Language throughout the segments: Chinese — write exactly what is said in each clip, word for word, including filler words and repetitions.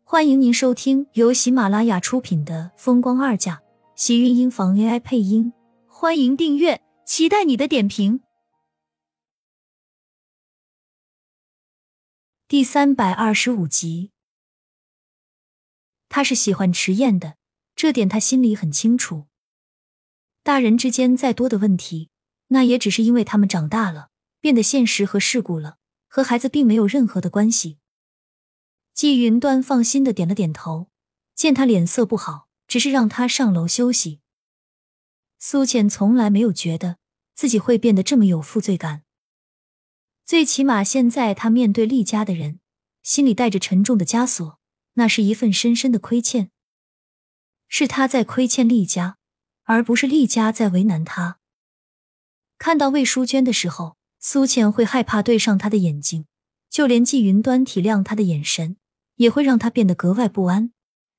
欢迎您收听由喜马拉雅出品的《风光二嫁》，喜运音房 A I 配音。欢迎订阅，期待你的点评。第三百二十五集。他是喜欢迟燕的，这点他心里很清楚。大人之间再多的问题，那也只是因为他们长大了，变得现实和世故了，和孩子并没有任何的关系。季云端放心的点了点头，见他脸色不好，只是让他上楼休息。苏浅从来没有觉得自己会变得这么有负罪感，最起码现在他面对厉家的人，心里带着沉重的枷锁，那是一份深深的亏欠。是他在亏欠厉家，而不是厉家在为难他。看到魏淑娟的时候，苏浅会害怕对上他的眼睛，就连季云端体谅他的眼神，也会让他变得格外不安。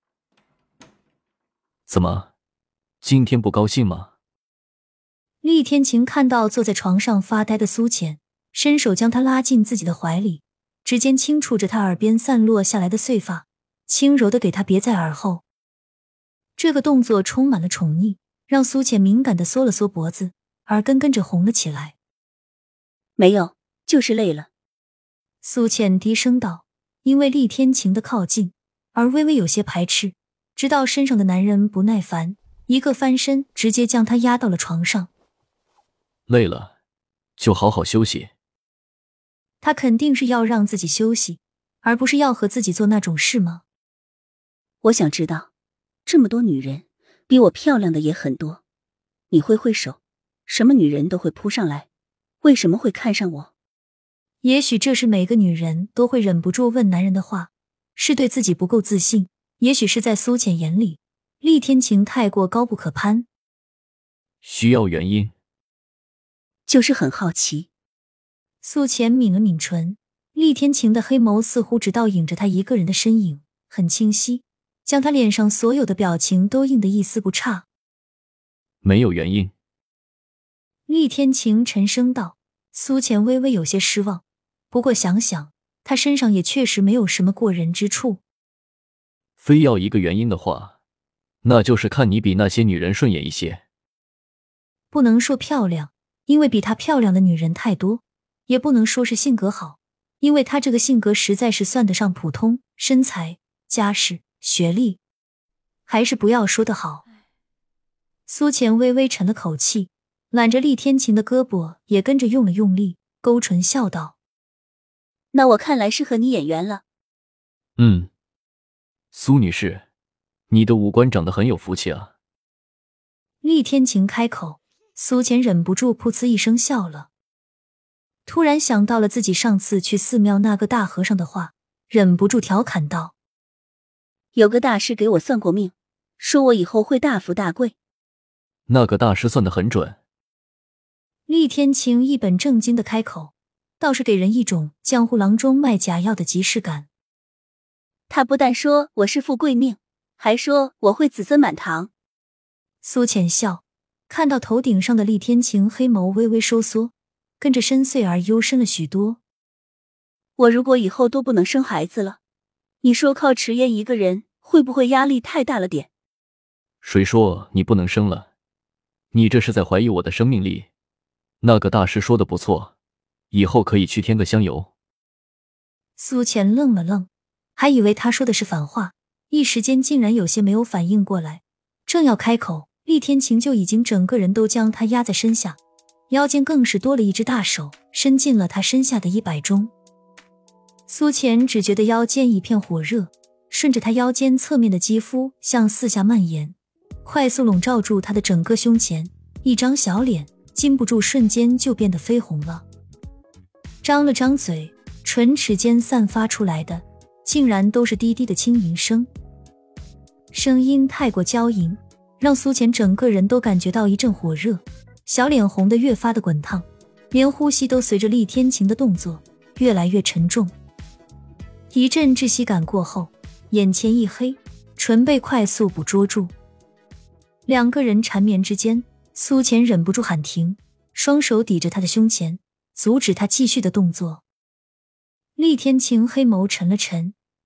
怎么，今天不高兴吗？ 厉天晴看到坐在床上发呆的苏浅，伸手将他拉进自己的怀里，指尖轻触着他耳边散落下来的碎发，轻柔地给他别在耳后。这个动作充满了宠溺，让苏浅敏感地缩了缩脖子，耳根跟着红了起来。 没有，就是累了。 苏浅低声道，因为厉天晴的靠近而微微有些排斥，直到身上的男人不耐烦，一个翻身直接将他压到了床上。 累了就好好休息。 他肯定是要让自己休息，而不是要和自己做那种事吗？ 我想知道，这么多女人，比我漂亮的也很多，你挥挥手，什么女人都会扑上来，为什么会看上我？ 也许这是每个女人都会忍不住问男人的话，是对自己不够自信，也许是在苏浅眼里，厉天晴太过高不可攀。 需要原因？ 就是很好奇。 苏浅抿了抿唇，厉天晴的黑眸似乎只倒影着他一个人的身影，很清晰，将他脸上所有的表情都映得一丝不差。 没有原因。 厉天晴沉声道。苏浅微微有些失望，不过想想他身上也确实没有什么过人之处。 非要一个原因的话，那就是看你比那些女人顺眼一些。 不能说漂亮，因为比她漂亮的女人太多，也不能说是性格好，因为她这个性格实在是算得上普通，身材、家世、学历，还是不要说得好。苏浅微微沉了口气，揽着厉天晴的胳膊也跟着用了用力，勾唇笑道： 那我看来是和你眼缘了。 嗯，苏女士，你的五官长得很有福气啊。 厉天晴开口，苏浅忍不住噗呲一声笑了。突然想到了自己上次去寺庙那个大和尚的话，忍不住调侃道： 有个大师给我算过命，说我以后会大富大贵。 那个大师算得很准。 厉天晴一本正经的开口，倒是给人一种江湖郎中卖假药的即视感。 他不但说我是富贵命，还说我会子孙满堂。 苏浅笑，看到头顶上的厉天晴黑眸微微收缩，跟着深邃而幽深了许多。 我如果以后都不能生孩子了，你说靠迟燕一个人会不会压力太大了点？ 谁说你不能生了？你这是在怀疑我的生命力。那个大师说的不错，以后可以去添个香油。 苏浅愣了愣，还以为他说的是反话，一时间竟然有些没有反应过来，正要开口，厉天晴就已经整个人都将他压在身下，腰间更是多了一只大手，伸进了他身下的衣摆中。苏浅只觉得腰间一片火热，顺着他腰间侧面的肌肤向四下蔓延，快速笼罩住他的整个胸前，一张小脸禁不住瞬间就变得绯红了。张了张嘴，唇齿间散发出来的竟然都是低低的轻吟声，声音太过娇吟，让苏浅整个人都感觉到一阵火热，小脸红得越发的滚烫，连呼吸都随着厉天晴的动作越来越沉重。一阵窒息感过后，眼前一黑，唇被快速捕捉住。两个人缠绵之间，苏浅忍不住喊停，双手抵着他的胸前，阻止他继续的动作。厉天晴黑眸沉了沉，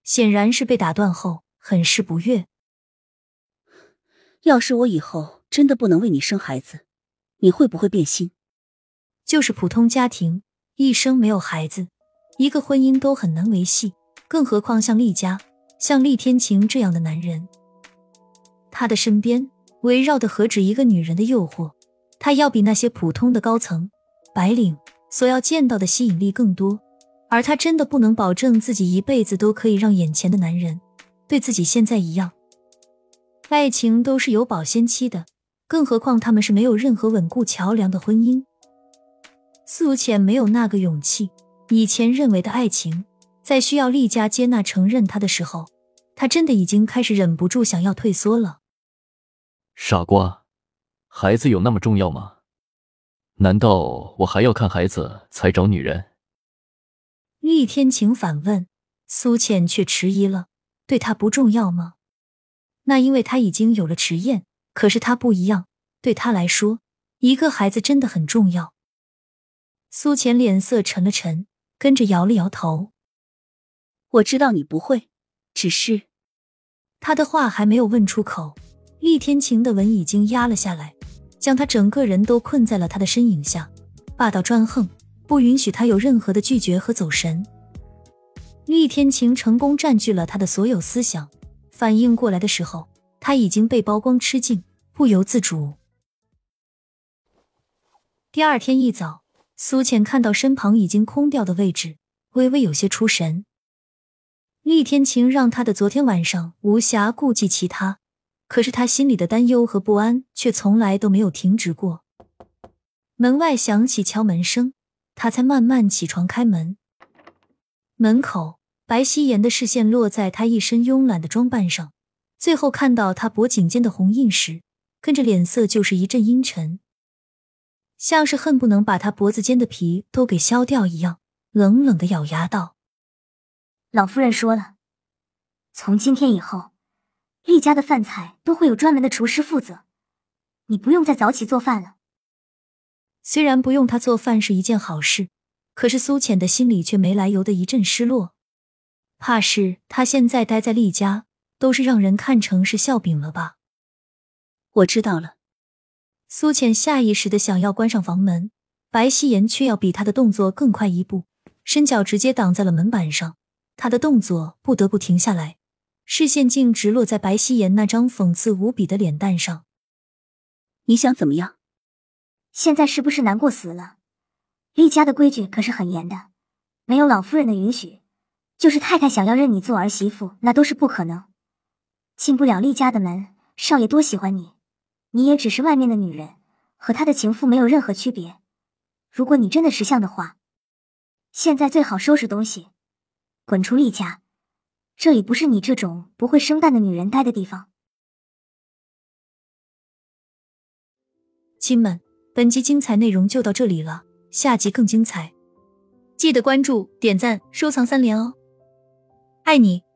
显然是被打断后很是不悦。 要是我以后真的不能为你生孩子，你会不会变心？ 就是普通家庭，一生没有孩子，一个婚姻都很难维系，更何况像厉家，像厉天晴这样的男人。他的身边围绕的何止一个女人的诱惑，他要比那些普通的高层白领所要见到的吸引力更多，而他真的不能保证自己一辈子都可以让眼前的男人对自己现在一样。爱情都是有保鲜期的，更何况他们是没有任何稳固桥梁的婚姻。苏浅没有那个勇气，以前认为的爱情，在需要厉家接纳承认他的时候，他真的已经开始忍不住想要退缩了。 傻瓜，孩子有那么重要吗？难道我还要看孩子才找女人？ 厉天晴反问，苏浅却迟疑了，对他不重要吗？那因为他已经有了迟燕，可是他不一样，对他来说，一个孩子真的很重要。苏浅脸色沉了沉，跟着摇了摇头。 我知道你不会，只是…… 他的话还没有问出口，厉天晴的吻已经压了下来，将他整个人都困在了他的身影下，霸道专横，不允许他有任何的拒绝和走神。厉天晴成功占据了他的所有思想，反应过来的时候，他已经被曝光吃尽，不由自主。第二天一早，苏浅看到身旁已经空掉的位置，微微有些出神。厉天晴让他的昨天晚上无暇顾及其他，可是他心里的担忧和不安却从来都没有停止过。门外响起敲门声，他才慢慢起床开门。门口，白希言的视线落在他一身慵懒的装扮上，最后看到他脖颈间的红印时，跟着脸色就是一阵阴沉，像是恨不能把他脖子间的皮都给削掉一样，冷冷地咬牙道： 老夫人说了，从今天以后，厉家的饭菜都会有专门的厨师负责，你不用再早起做饭了。 虽然不用他做饭是一件好事，可是苏浅的心里却没来由的一阵失落，怕是他现在待在厉家都是让人看成是笑柄了吧。 我知道了。 苏浅下意识的想要关上房门，白希言却要比他的动作更快一步，身脚直接挡在了门板上，他的动作不得不停下来，视线径直落在白希言那张讽刺无比的脸蛋上。 你想怎么样？ 现在是不是难过死了？厉家的规矩可是很严的，没有老夫人的允许，就是太太想要认你做儿媳妇，那都是不可能。进不了厉家的门，少爷多喜欢你，你也只是外面的女人，和他的情妇没有任何识别。如果你真的识相的话，现在最好收拾东西，滚出厉家，这里不是你这种不会生蛋的女人待的地方。 亲们，本集精彩内容就到这里了，下集更精彩，记得关注、点赞、收藏三连哦，爱你。